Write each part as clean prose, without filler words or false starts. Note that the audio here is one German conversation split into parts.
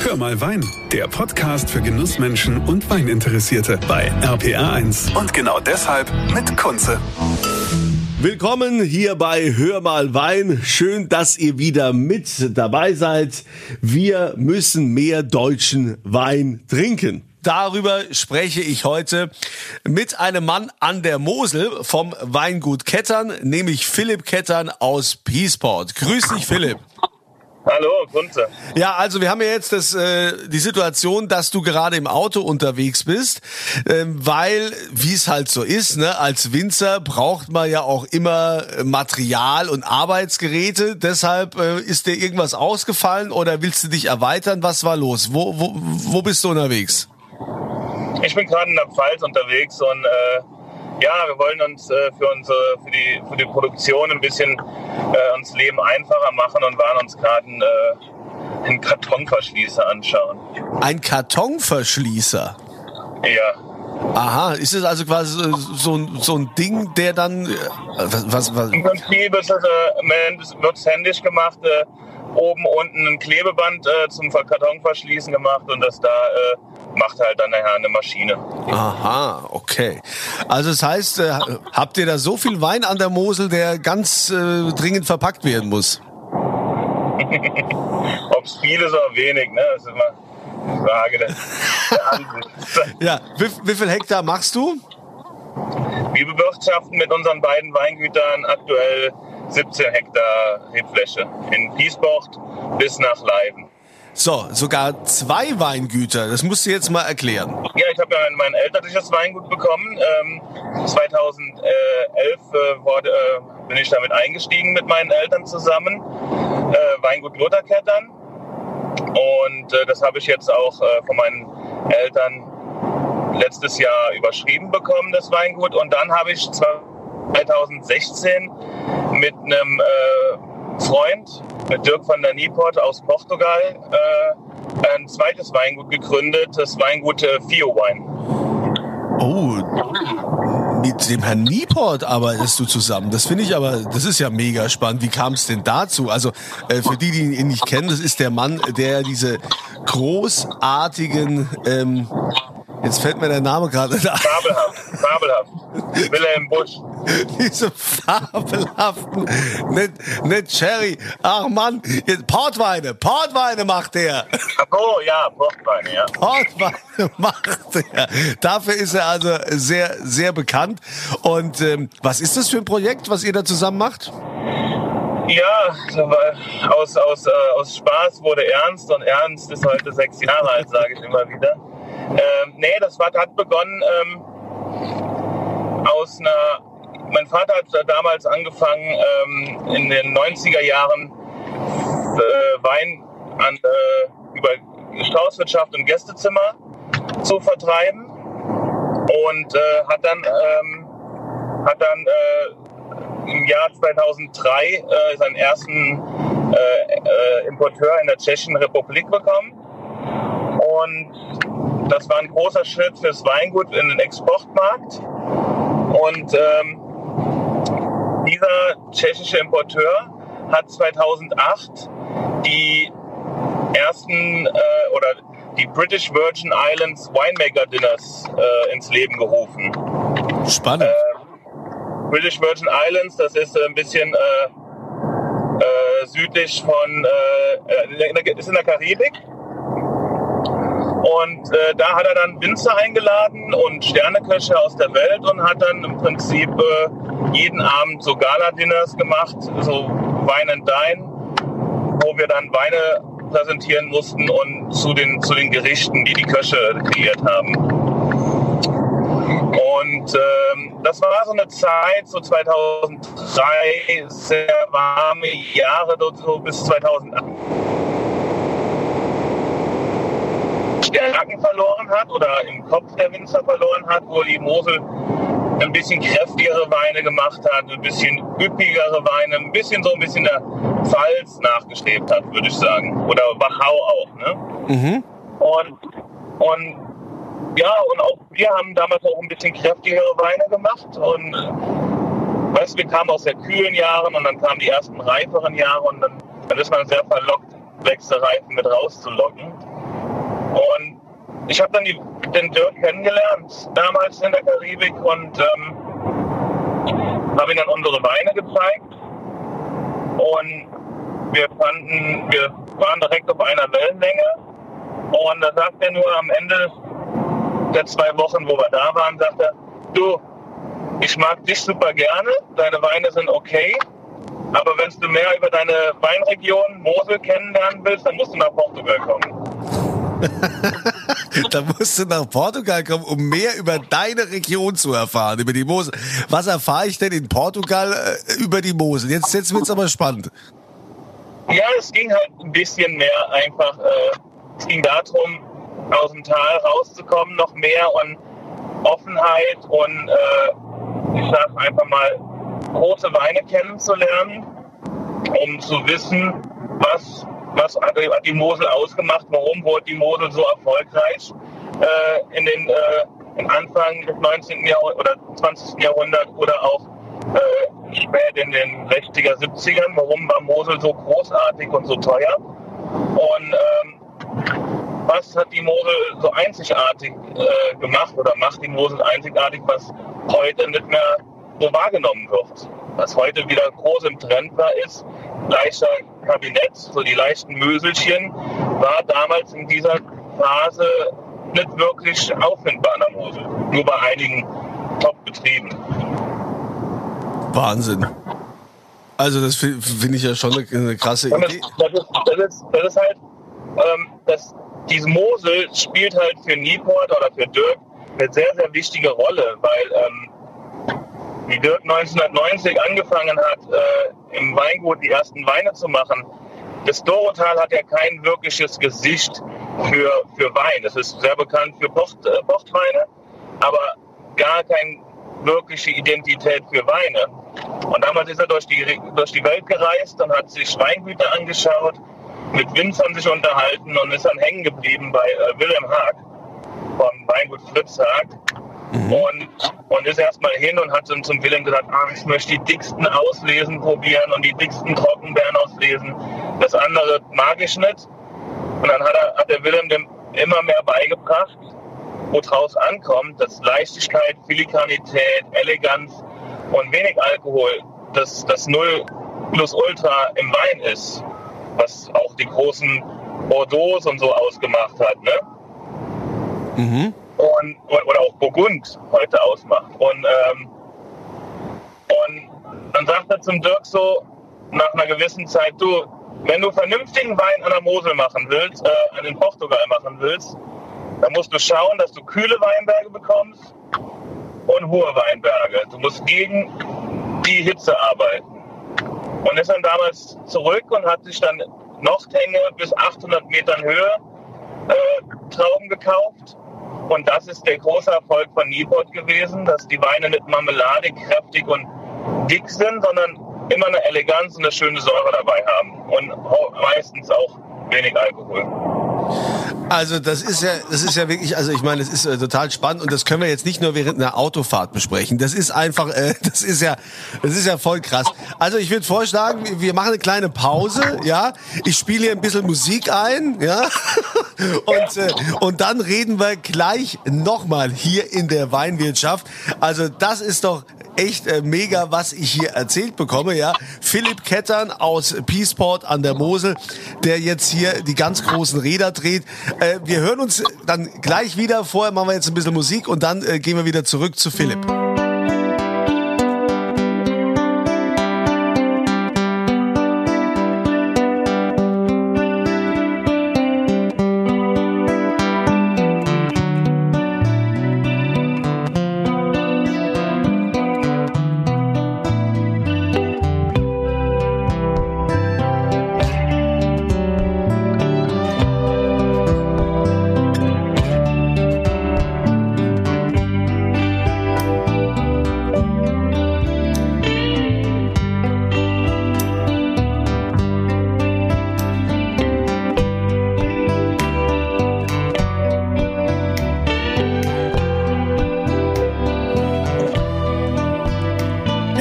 Hör mal Wein, der Podcast für Genussmenschen und Weininteressierte bei RPR1. Und genau deshalb mit Kunze. Willkommen hier bei Hör mal Wein. Schön, dass ihr wieder mit dabei seid. Wir müssen mehr deutschen Wein trinken. Darüber spreche ich heute mit einem Mann an der Mosel vom Weingut Kettern, nämlich Philipp Kettern aus Piesport. Grüß dich, Philipp. Hallo, Kunze. Ja, also wir haben ja jetzt die Situation, dass du gerade im Auto unterwegs bist, weil, wie es halt so ist, ne, als Winzer braucht man ja auch immer Material und Arbeitsgeräte. Deshalb ist dir irgendwas ausgefallen oder willst du dich erweitern? Was war los? Wo bist du unterwegs? Ich bin gerade in der Pfalz unterwegs und wir wollen uns für die Produktion ein bisschen uns Leben einfacher machen und waren uns gerade einen Kartonverschließer anschauen. Ein Kartonverschließer? Ja. Aha, ist es also quasi so ein Ding, der dann was? Im Prinzip wird es händisch gemacht, oben unten ein Klebeband zum Kartonverschließen gemacht und das da macht halt dann nachher eine Maschine. Aha, okay. Also das heißt, habt ihr da so viel Wein an der Mosel, der ganz dringend verpackt werden muss? Ob es viel ist oder wenig, ne? Das ist immer eine Frage der Ansicht. Ja, wie viel Hektar machst du? Wir bewirtschaften mit unseren beiden Weingütern aktuell 17 Hektar Rebfläche in Piesport bis nach Leiden. So, sogar 2 Weingüter, das musst du jetzt mal erklären. Ja, ich habe ja mein elterliches Weingut bekommen. 2011 bin ich damit eingestiegen mit meinen Eltern zusammen. Weingut Lothar Kettern. Und das habe ich jetzt auch von meinen Eltern letztes Jahr überschrieben bekommen, das Weingut. Und dann habe ich 2016 mit einem Freund, mit Dirk van der Nieport aus Portugal, ein zweites Weingut gegründet, das Weingut Fio Wine. Oh, mit dem Herrn Nieport arbeitest du zusammen. Das finde ich aber, das ist ja mega spannend. Wie kam es denn dazu? Also für die ihn nicht kennen, das ist der Mann, der diese großartigen, jetzt fällt mir der Name gerade ein. Fabelhaft. Wilhelm Busch. Diese fabelhaften, nicht Cherry, ach Mann, Portweine macht der. Oh ja, Portweine, ja. Portweine macht er. Dafür ist er also sehr, sehr bekannt. Und was ist das für ein Projekt, was ihr da zusammen macht? Ja, aus Spaß wurde Ernst und Ernst ist heute 6 Jahre alt, sage ich immer wieder. Das hat begonnen mein Vater hat damals angefangen, in den 90er Jahren Wein über Straußwirtschaft und Gästezimmer zu vertreiben und hat dann im Jahr 2003 seinen ersten Importeur in der Tschechischen Republik bekommen. Und das war ein großer Schritt fürs Weingut in den Exportmarkt. Und dieser tschechische Importeur hat 2008 die ersten die British Virgin Islands Winemaker Dinners ins Leben gerufen. Spannend. British Virgin Islands, das ist ein bisschen südlich von, ist in der Karibik. Und da hat er dann Winzer eingeladen und Sterneköche aus der Welt und hat dann im Prinzip jeden Abend so Gala-Dinners gemacht, so Wine and Dine, wo wir dann Weine präsentieren mussten und zu den Gerichten, die Köche kreiert haben. Und das war so eine Zeit, so 2003, sehr warme Jahre, so bis 2008. Stärken verloren hat oder im Kopf der Winzer verloren hat, wo die Mosel ein bisschen kräftigere Weine gemacht hat, ein bisschen üppigere Weine, ein bisschen der Pfalz nachgestrebt hat, würde ich sagen. Oder Wachau auch. Ne? Mhm. Und auch wir haben damals auch ein bisschen kräftigere Weine gemacht. Und wir kamen aus sehr kühlen Jahren und dann kamen die ersten reiferen Jahre und dann ist man sehr verlockt, Wechselreifen mit rauszulocken. Und ich habe dann den Dirk kennengelernt, damals in der Karibik, und habe ihm dann unsere Weine gezeigt. Und wir waren direkt auf einer Wellenlänge. Und da sagt er nur am Ende der 2 Wochen, wo wir da waren, sagt er, du, ich mag dich super gerne, deine Weine sind okay, aber wenn du mehr über deine Weinregion Mosel kennenlernen willst, dann musst du nach Portugal kommen. Da musst du nach Portugal kommen, um mehr über deine Region zu erfahren, über die Mosel. Was erfahre ich denn in Portugal über die Mosel? Jetzt wird's aber spannend. Ja, es ging halt ein bisschen mehr einfach, es ging darum, aus dem Tal rauszukommen, noch mehr und Offenheit und ich sag einfach mal, große Weine kennenzulernen, um zu wissen, was hat die Mosel ausgemacht, warum wurde die Mosel so erfolgreich im Anfang des 19. Jahrhunderts oder 20. Jahrhunderts oder auch spät in den 60er, 70ern, warum war Mosel so großartig und so teuer und was hat die Mosel so einzigartig gemacht oder macht die Mosel einzigartig, was heute nicht mehr so wahrgenommen wird. Was heute wieder groß im Trend war, ist leichter Kabinett, so die leichten Möselchen, war damals in dieser Phase nicht wirklich auffindbar an der Mosel. Nur bei einigen Top-Betrieben. Wahnsinn. Also das finde ich ja schon eine krasse Idee. Das ist halt, diese Mosel spielt halt für Niport oder für Dirk eine sehr, sehr wichtige Rolle, weil wie Dirk 1990 angefangen hat, im Weingut die ersten Weine zu machen, das Dorotal hat ja kein wirkliches Gesicht für Wein. Es ist sehr bekannt für Pochtweine, aber gar keine wirkliche Identität für Weine. Und damals ist er durch die Welt gereist und hat sich Weingüter angeschaut, mit Winzern sich unterhalten und ist dann hängen geblieben bei Wilhelm Haag vom Weingut Fritz Haag. Und ist erstmal hin und hat dann zum Wilhelm gesagt, ich möchte die dicksten Auslesen probieren und die dicksten Trockenbeeren auslesen. Das andere mag ich nicht. Und dann hat der Wilhelm dem immer mehr beigebracht, wo draus ankommt, dass Leichtigkeit, Filigranität, Eleganz und wenig Alkohol das Null plus Ultra im Wein ist, was auch die großen Bordeaux und so ausgemacht hat, ne? Mhm. Oder auch Burgund heute ausmacht. Und dann sagt er zum Dirk so, nach einer gewissen Zeit, du, wenn du vernünftigen Wein an der Mosel machen willst, in Portugal machen willst, dann musst du schauen, dass du kühle Weinberge bekommst und hohe Weinberge. Du musst gegen die Hitze arbeiten. Und ist dann damals zurück und hat sich dann Nordhänge bis 800 Metern Höhe Trauben gekauft. Und das ist der große Erfolg von Niport gewesen, dass die Weine nicht marmeladig, kräftig und dick sind, sondern immer eine Eleganz und eine schöne Säure dabei haben. Und meistens auch wenig Alkohol. Also das ist ja wirklich, also ich meine, das ist total spannend und das können wir jetzt nicht nur während einer Autofahrt besprechen. Das ist einfach, das ist ja voll krass. Also ich würde vorschlagen, wir machen eine kleine Pause, ja. Ich spiele hier ein bisschen Musik ein, ja. Und dann reden wir gleich nochmal hier in der Weinwirtschaft. Also das ist doch echt mega, was ich hier erzählt bekomme, ja. Philipp Kettern aus Peaceport an der Mosel, der jetzt hier die ganz großen Räder dreht. Wir hören uns dann gleich wieder. Vorher machen wir jetzt ein bisschen Musik und dann gehen wir wieder zurück zu Philipp.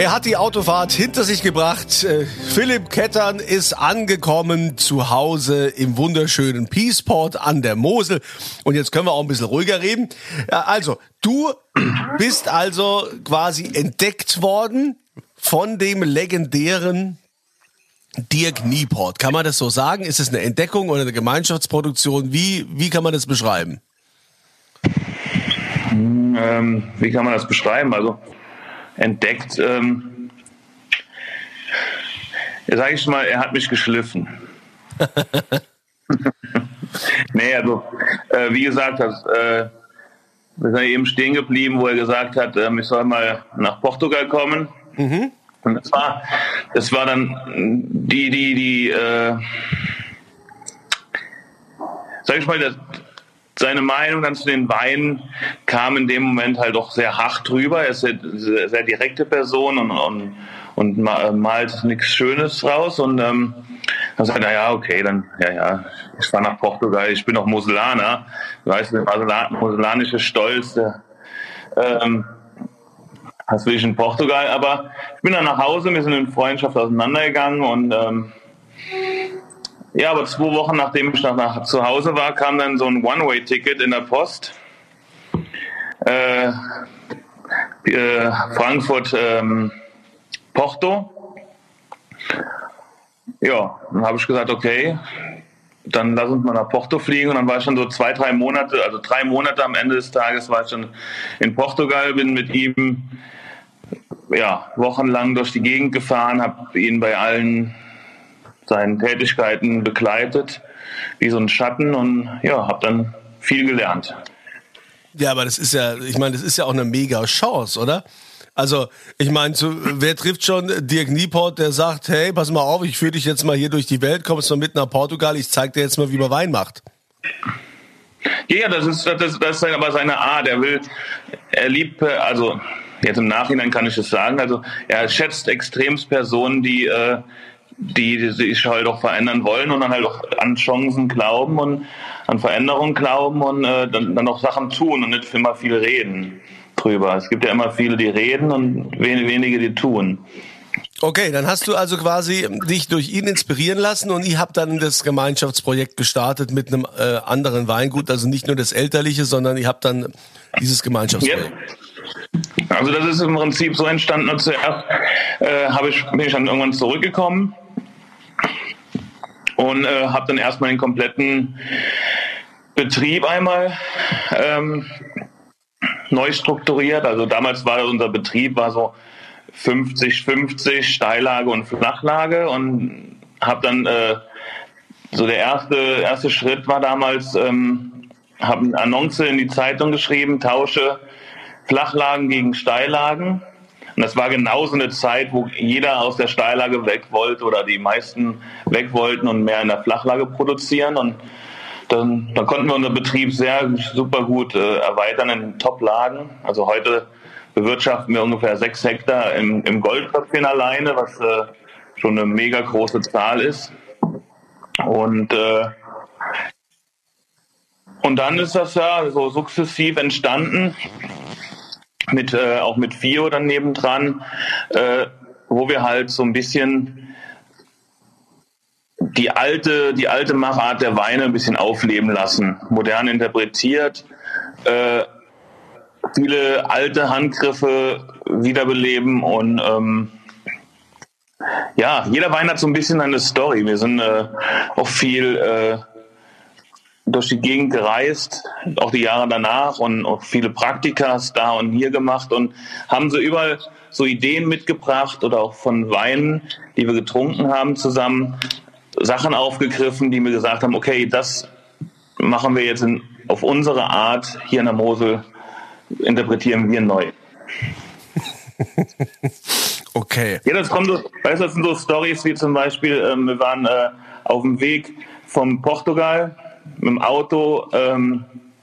Er hat die Autofahrt hinter sich gebracht. Philipp Kettern ist angekommen zu Hause im wunderschönen Peaceport an der Mosel. Und jetzt können wir auch ein bisschen ruhiger reden. Also, du bist also quasi entdeckt worden von dem legendären Dirk Nieport. Kann man das so sagen? Ist es eine Entdeckung oder eine Gemeinschaftsproduktion? Wie kann man das beschreiben? Wie kann man das beschreiben? Also entdeckt, sage ich mal, er hat mich geschliffen. Nee, also wie gesagt, wir sind eben stehen geblieben, wo er gesagt hat, ich soll mal nach Portugal kommen. Mhm. Und das war dann sag ich mal, seine Meinung dann zu den Weinen kam in dem Moment halt doch sehr hart drüber. Er ist eine sehr direkte Person und malt nichts Schönes raus. Und dann sagt er, ja, okay, dann, ja, ich fahre nach Portugal, ich bin doch Moselaner. Du weißt, der moselanische Stolz, das will ich in Portugal. Aber ich bin dann nach Hause, wir sind in Freundschaft auseinandergegangen und ja, aber 2 Wochen nachdem ich nach zu Hause war, kam dann so ein One-Way-Ticket in der Post. Frankfurt, Porto. Ja, dann habe ich gesagt, okay, dann lass uns mal nach Porto fliegen. Und dann war ich schon so 2-3 Monate, also 3 Monate am Ende des Tages war ich schon in Portugal, bin mit ihm wochenlang durch die Gegend gefahren, habe ihn bei allen seinen Tätigkeiten begleitet, wie so ein Schatten, und habe dann viel gelernt. Ja, aber das ist ja auch eine mega Chance, oder? Also, ich meine, wer trifft schon Dirk Nieport, der sagt, hey, pass mal auf, ich führe dich jetzt mal hier durch die Welt, kommst mal mit nach Portugal, ich zeig dir jetzt mal, wie man Wein macht. Ja, das ist aber seine Art. Er liebt, also jetzt im Nachhinein kann ich es sagen, also er schätzt extremst Personen, die sich halt auch verändern wollen und dann halt auch an Chancen glauben und an Veränderungen glauben und dann auch Sachen tun und nicht immer viel reden drüber. Es gibt ja immer viele, die reden und wenige, die tun. Okay, dann hast du also quasi dich durch ihn inspirieren lassen und ihr habt dann das Gemeinschaftsprojekt gestartet mit einem anderen Weingut, also nicht nur das elterliche, sondern ihr habt dann dieses Gemeinschaftsprojekt. Ja. Also das ist im Prinzip so entstanden, und zuerst bin ich dann irgendwann zurückgekommen und habe dann erstmal den kompletten Betrieb einmal neu strukturiert. Also damals war unser Betrieb so 50-50 Steillage und Flachlage, und habe dann so der erste Schritt war damals, habe eine Annonce in die Zeitung geschrieben, tausche Flachlagen gegen Steillagen. Und das war genauso eine Zeit, wo jeder aus der Steillage weg wollte oder die meisten weg wollten und mehr in der Flachlage produzieren. Und dann konnten wir unseren Betrieb super gut erweitern in Top-Lagen. Also heute bewirtschaften wir ungefähr 6 Hektar im Goldköpfchen alleine, was schon eine mega große Zahl ist. Und dann ist das ja so sukzessiv entstanden, auch mit FIO dann nebendran, wo wir halt so ein bisschen die alte Machart der Weine ein bisschen aufleben lassen, modern interpretiert, viele alte Handgriffe wiederbeleben und jeder Wein hat so ein bisschen eine Story. Wir sind auch viel durch die Gegend gereist, auch die Jahre danach, und auch viele Praktikas da und hier gemacht und haben so überall so Ideen mitgebracht oder auch von Weinen, die wir getrunken haben zusammen, Sachen aufgegriffen, die wir gesagt haben, okay, das machen wir jetzt auf unsere Art hier in der Mosel, interpretieren wir neu. Okay. Ja, das kommt so, weißt du, das sind so Storys wie zum Beispiel, wir waren auf dem Weg vom Portugal mit dem Auto an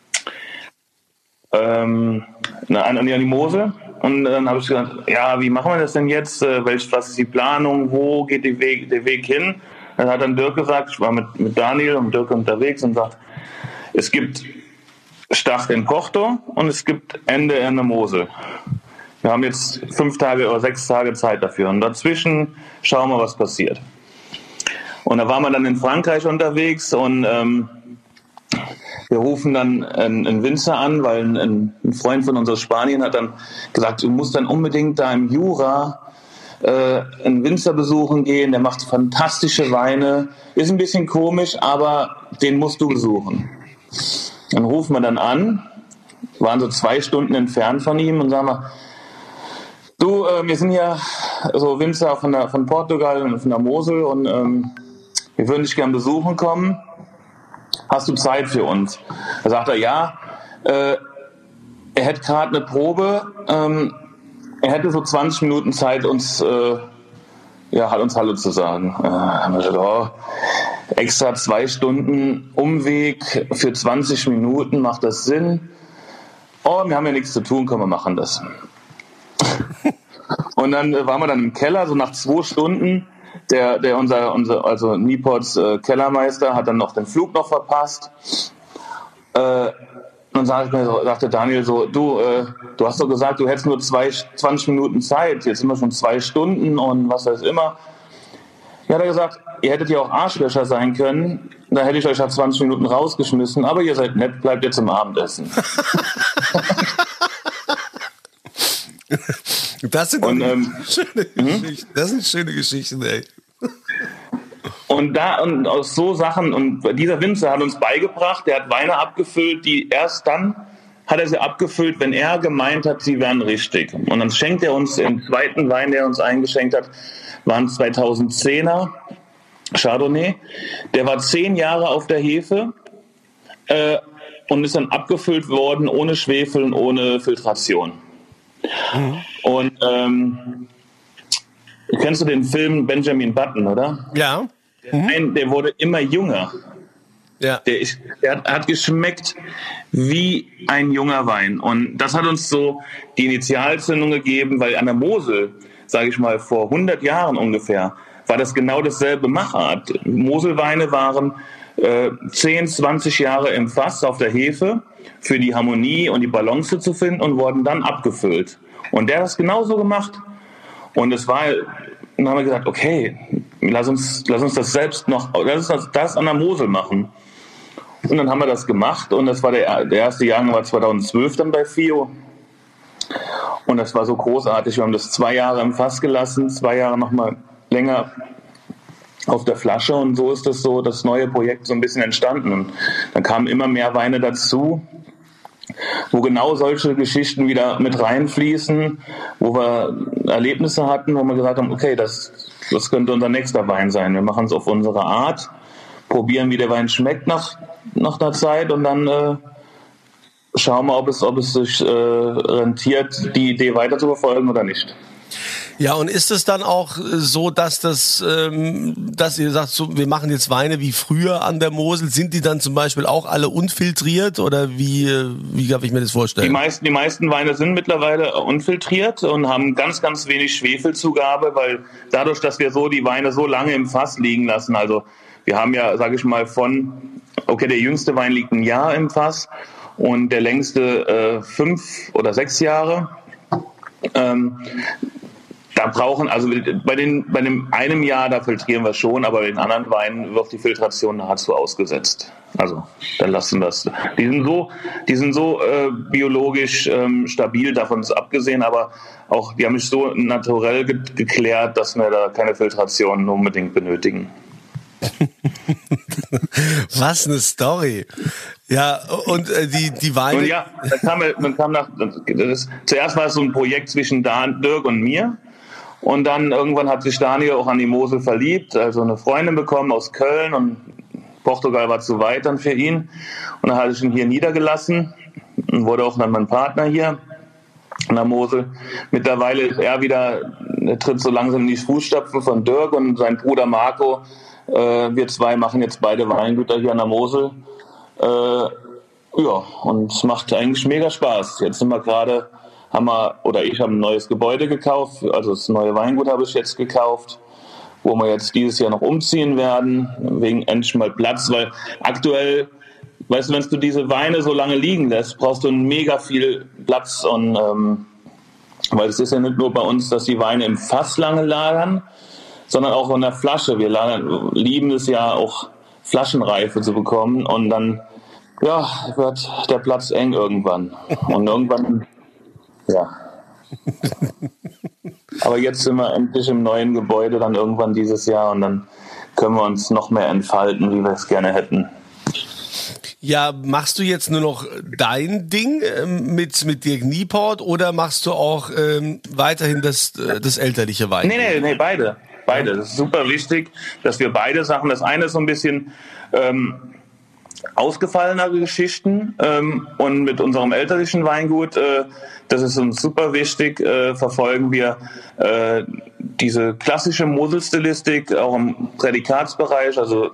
die Mosel, und dann habe ich gesagt, ja, wie machen wir das denn jetzt? Was ist die Planung? Wo geht der Weg hin? Dann hat dann Dirk gesagt, ich war mit Daniel und Dirk unterwegs, und sagt, es gibt Start in Porto und es gibt Ende in der Mosel. Wir haben jetzt 5 Tage oder 6 Tage Zeit dafür. Und dazwischen schauen wir, was passiert. Und da waren wir dann in Frankreich unterwegs und wir rufen dann einen Winzer an, weil ein Freund von uns aus Spanien hat dann gesagt, du musst dann unbedingt da im Jura einen Winzer besuchen gehen, der macht fantastische Weine, ist ein bisschen komisch, aber den musst du besuchen. Dann rufen wir dann an, waren so 2 Stunden entfernt von ihm und sagen wir, du, wir sind ja so Winzer von Portugal und von der Mosel und wir würden dich gern besuchen kommen. Hast du Zeit für uns? Da sagt er, ja. Er hätte gerade eine Probe. Er hätte so 20 Minuten Zeit, uns Hallo zu sagen. Haben wir gesagt, extra 2 Stunden Umweg für 20 Minuten, macht das Sinn? Oh, wir haben ja nichts zu tun, komm, wir machen das. Und dann waren wir dann im Keller, so nach 2 Stunden. Unser Nipots Kellermeister hat dann noch den Flug noch verpasst. Dann sagte Daniel so, du hast doch gesagt, du hättest nur 20 Minuten Zeit, jetzt sind wir schon 2 Stunden und was weiß immer. Ja, hat er gesagt, ihr hättet ja auch Arschlöcher sein können, da hätte ich euch nach 20 Minuten rausgeschmissen, aber ihr seid nett, bleibt jetzt zum Abendessen. Das sind schöne Geschichten, ey. Und aus so Sachen, und dieser Winzer hat uns beigebracht, der hat Weine abgefüllt, die erst dann hat er sie abgefüllt, wenn er gemeint hat, sie wären richtig. Und dann schenkt er uns den zweiten Wein, der er uns eingeschenkt hat, war ein 2010er Chardonnay. Der war 10 Jahre auf der Hefe und ist dann abgefüllt worden ohne Schwefel und ohne Filtration. Mhm. Und kennst du den Film Benjamin Button, oder? Ja. Der wurde immer jünger. Ja. Der hat geschmeckt wie ein junger Wein. Und das hat uns so die Initialzündung gegeben, weil an der Mosel, sage ich mal, vor 100 Jahren ungefähr, war das genau dasselbe Machart. Moselweine waren 10, 20 Jahre im Fass auf der Hefe für die Harmonie und die Balance zu finden und wurden dann abgefüllt. Und der hat das genauso gemacht. Und dann haben wir gesagt, okay, lass uns das selbst noch, lass uns das an der Mosel machen. Und dann haben wir das gemacht und das war der erste Jahrgang war 2012 dann bei FIO. Und das war so großartig. Wir haben das 2 Jahre im Fass gelassen, 2 Jahre nochmal länger auf der Flasche und so ist das neue Projekt so ein bisschen entstanden. Und dann kamen immer mehr Weine dazu, wo genau solche Geschichten wieder mit reinfließen, wo wir Erlebnisse hatten, wo wir gesagt haben, okay, das könnte unser nächster Wein sein. Wir machen es auf unsere Art, probieren, wie der Wein schmeckt nach einer Zeit und dann schauen wir, ob es sich rentiert, die Idee weiter zu verfolgen oder nicht. Ja, und ist es dann auch so, dass dass ihr sagt, so, wir machen jetzt Weine wie früher an der Mosel, sind die dann zum Beispiel auch alle unfiltriert oder wie darf ich mir das vorstellen? Die meisten Weine sind mittlerweile unfiltriert und haben ganz, ganz wenig Schwefelzugabe, weil dadurch, dass wir die Weine so lange im Fass liegen lassen, also wir haben ja, sage ich mal, der jüngste Wein liegt 1 Jahr im Fass und der längste 5 oder 6 Jahre. Da brauchen, also bei dem einem Jahr, da filtrieren wir schon, aber bei den anderen Weinen wird die Filtration nahezu ausgesetzt. Also, dann lassen wir das. Die sind so biologisch stabil, davon ist abgesehen, aber auch, die haben sich so naturell geklärt, dass wir da keine Filtration unbedingt benötigen. Was eine Story. Ja, und die Weine. Und ja, dann kam zuerst war es so ein Projekt zwischen Dirk und mir. Und dann irgendwann hat sich Daniel auch an die Mosel verliebt, also eine Freundin bekommen aus Köln und Portugal war zu weit dann für ihn. Und dann hatte ich ihn hier niedergelassen und wurde auch dann mein Partner hier an der Mosel. Mittlerweile ist er tritt so langsam in die Fußstapfen von Dirk und sein Bruder Marco. Wir 2 machen jetzt beide Weingüter hier an der Mosel. Und es macht eigentlich mega Spaß. Jetzt sind wir gerade, ich habe ein neues Gebäude gekauft, also das neue Weingut habe ich jetzt gekauft, wo wir jetzt dieses Jahr noch umziehen werden, wegen endlich mal Platz, weil aktuell, weißt du, wenn du diese Weine so lange liegen lässt, brauchst du mega viel Platz und Weil es ist ja nicht nur bei uns, dass die Weine im Fass lange lagern, sondern auch in der Flasche. Wir lieben es ja auch, Flaschenreife zu bekommen und dann wird der Platz eng irgendwann. Und irgendwann, Aber jetzt sind wir endlich im neuen Gebäude dann irgendwann dieses Jahr und dann können wir uns noch mehr entfalten, wie wir es gerne hätten. Ja, machst du jetzt nur noch dein Ding mit Dirk Nieport oder machst du auch weiterhin das elterliche Wein? Nee, beide. Das ist super wichtig, dass wir beide Sachen, das eine ist so ein bisschen ausgefallenere Geschichten und mit unserem elterlichen Weingut, das ist uns super wichtig, verfolgen wir diese klassische Moselstilistik auch im Prädikatsbereich, also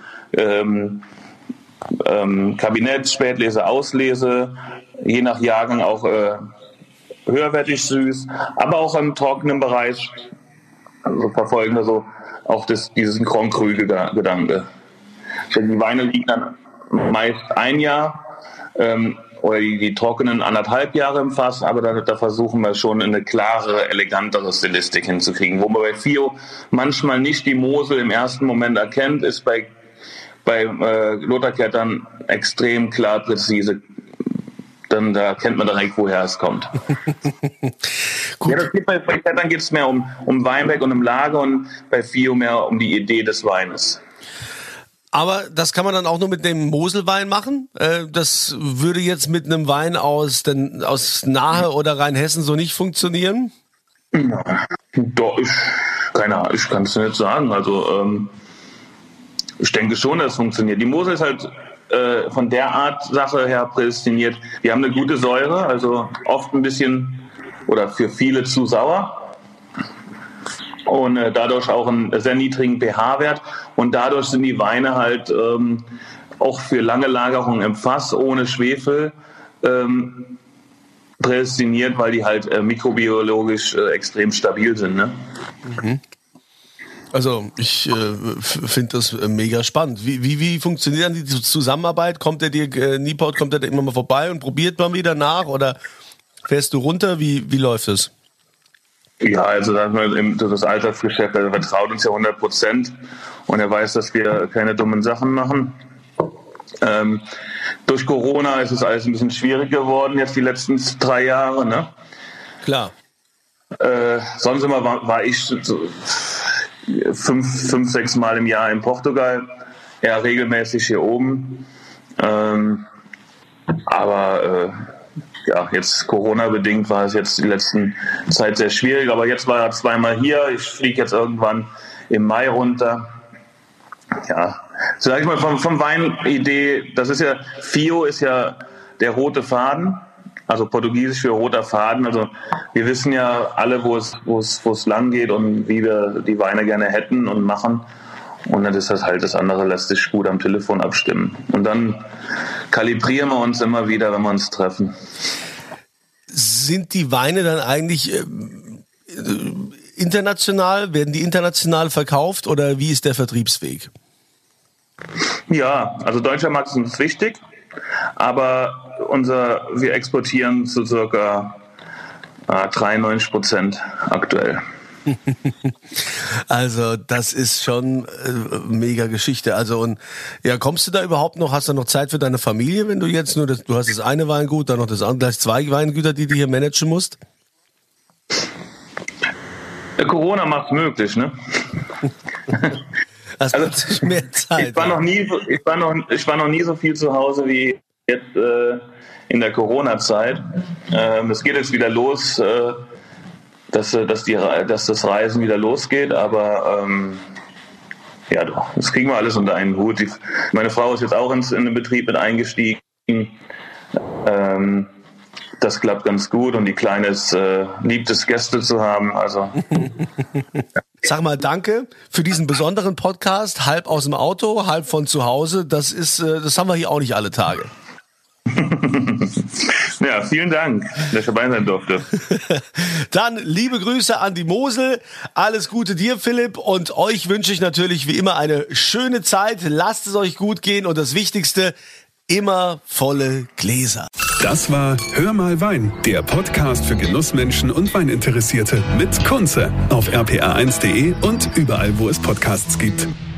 Kabinett, Spätlese, Auslese, je nach Jahrgang auch höherwertig süß, aber auch im trockenen Bereich, also verfolgen wir so auch diesen Grand Cru-Gedanke. Die Weine liegen dann meist ein Jahr oder die trockenen 1,5 Jahre im Fass, aber da versuchen wir schon eine klare, elegantere Stilistik hinzukriegen. Wo man bei Fio manchmal nicht die Mosel im ersten Moment erkennt, ist bei Lotharkettern extrem klar, präzise. Dann da kennt man direkt, woher es kommt. Gut. Ja, bei Kettern geht es mehr um Weinberg und um Lage und bei Fio mehr um die Idee des Weines. Aber das kann man dann auch nur mit dem Moselwein machen? Das würde jetzt mit einem Wein aus Nahe oder Rheinhessen so nicht funktionieren? Doch, ich kann es nicht sagen. Also ich denke schon, dass es funktioniert. Die Mosel ist halt von der Art Sache her prädestiniert. Wir haben eine gute Säure, also oft ein bisschen oder für viele zu sauer. Und dadurch auch einen sehr niedrigen pH-Wert. Und dadurch sind die Weine halt auch für lange Lagerung im Fass ohne Schwefel prädestiniert, weil die halt mikrobiologisch extrem stabil sind. Ne? Mhm. Also ich finde das mega spannend. Wie funktioniert dann die Zusammenarbeit? Kommt der Dirk Nieport, kommt der immer mal vorbei und probiert mal wieder nach? Oder fährst du runter? Wie läuft es? Ja, also das Alltagsgeschäft, er vertraut uns ja 100% und er weiß, dass wir keine dummen Sachen machen. Durch Corona ist es alles ein bisschen schwierig geworden, jetzt die letzten 3 Jahre. Ne? Klar. Sonst immer war ich so 5, 6 Mal im Jahr in Portugal, eher regelmäßig hier oben. Aber jetzt Corona-bedingt war es jetzt die letzten Zeit sehr schwierig, aber jetzt war er 2-mal hier. Ich fliege jetzt irgendwann im Mai runter. Ja, sag ich mal, vom Weinidee, das ist ja, Fio ist ja der rote Faden, also portugiesisch für roter Faden. Also wir wissen ja alle, wo es lang geht und wie wir die Weine gerne hätten und machen. Und dann ist das halt, das andere lässt sich gut am Telefon abstimmen. Und dann kalibrieren wir uns immer wieder, wenn wir uns treffen. Sind die Weine dann eigentlich international? Werden die international verkauft oder wie ist der Vertriebsweg? Ja, also deutscher Markt ist uns wichtig, aber wir exportieren zu circa 93% aktuell. Also das ist schon mega Geschichte. Also und ja, kommst du da überhaupt noch? Hast du noch Zeit für deine Familie, wenn du jetzt du hast das eine Weingut, dann noch das andere, gleich 2 Weingüter, die du hier managen musst? Corona macht es möglich, ne? Das wird mehr Zeit. Ich war noch nie so viel zu Hause wie jetzt in der Corona-Zeit. Es geht jetzt wieder los. Dass das Reisen wieder losgeht, aber ja doch, das kriegen wir alles unter einen Hut. Meine Frau ist jetzt auch in den Betrieb mit eingestiegen. Das klappt ganz gut und die Kleine liebt es, Gäste zu haben. Also. Sag mal danke für diesen besonderen Podcast, halb aus dem Auto, halb von zu Hause. Das haben wir hier auch nicht alle Tage. Ja, vielen Dank, dass ich dabei sein durfte. Dann liebe Grüße an die Mosel, alles Gute dir, Philipp, und euch wünsche ich natürlich wie immer eine schöne Zeit. Lasst es euch gut gehen und das Wichtigste, immer volle Gläser. Das war Hör mal Wein, der Podcast für Genussmenschen und Weininteressierte mit Kunze auf rpa1.de und überall, wo es Podcasts gibt.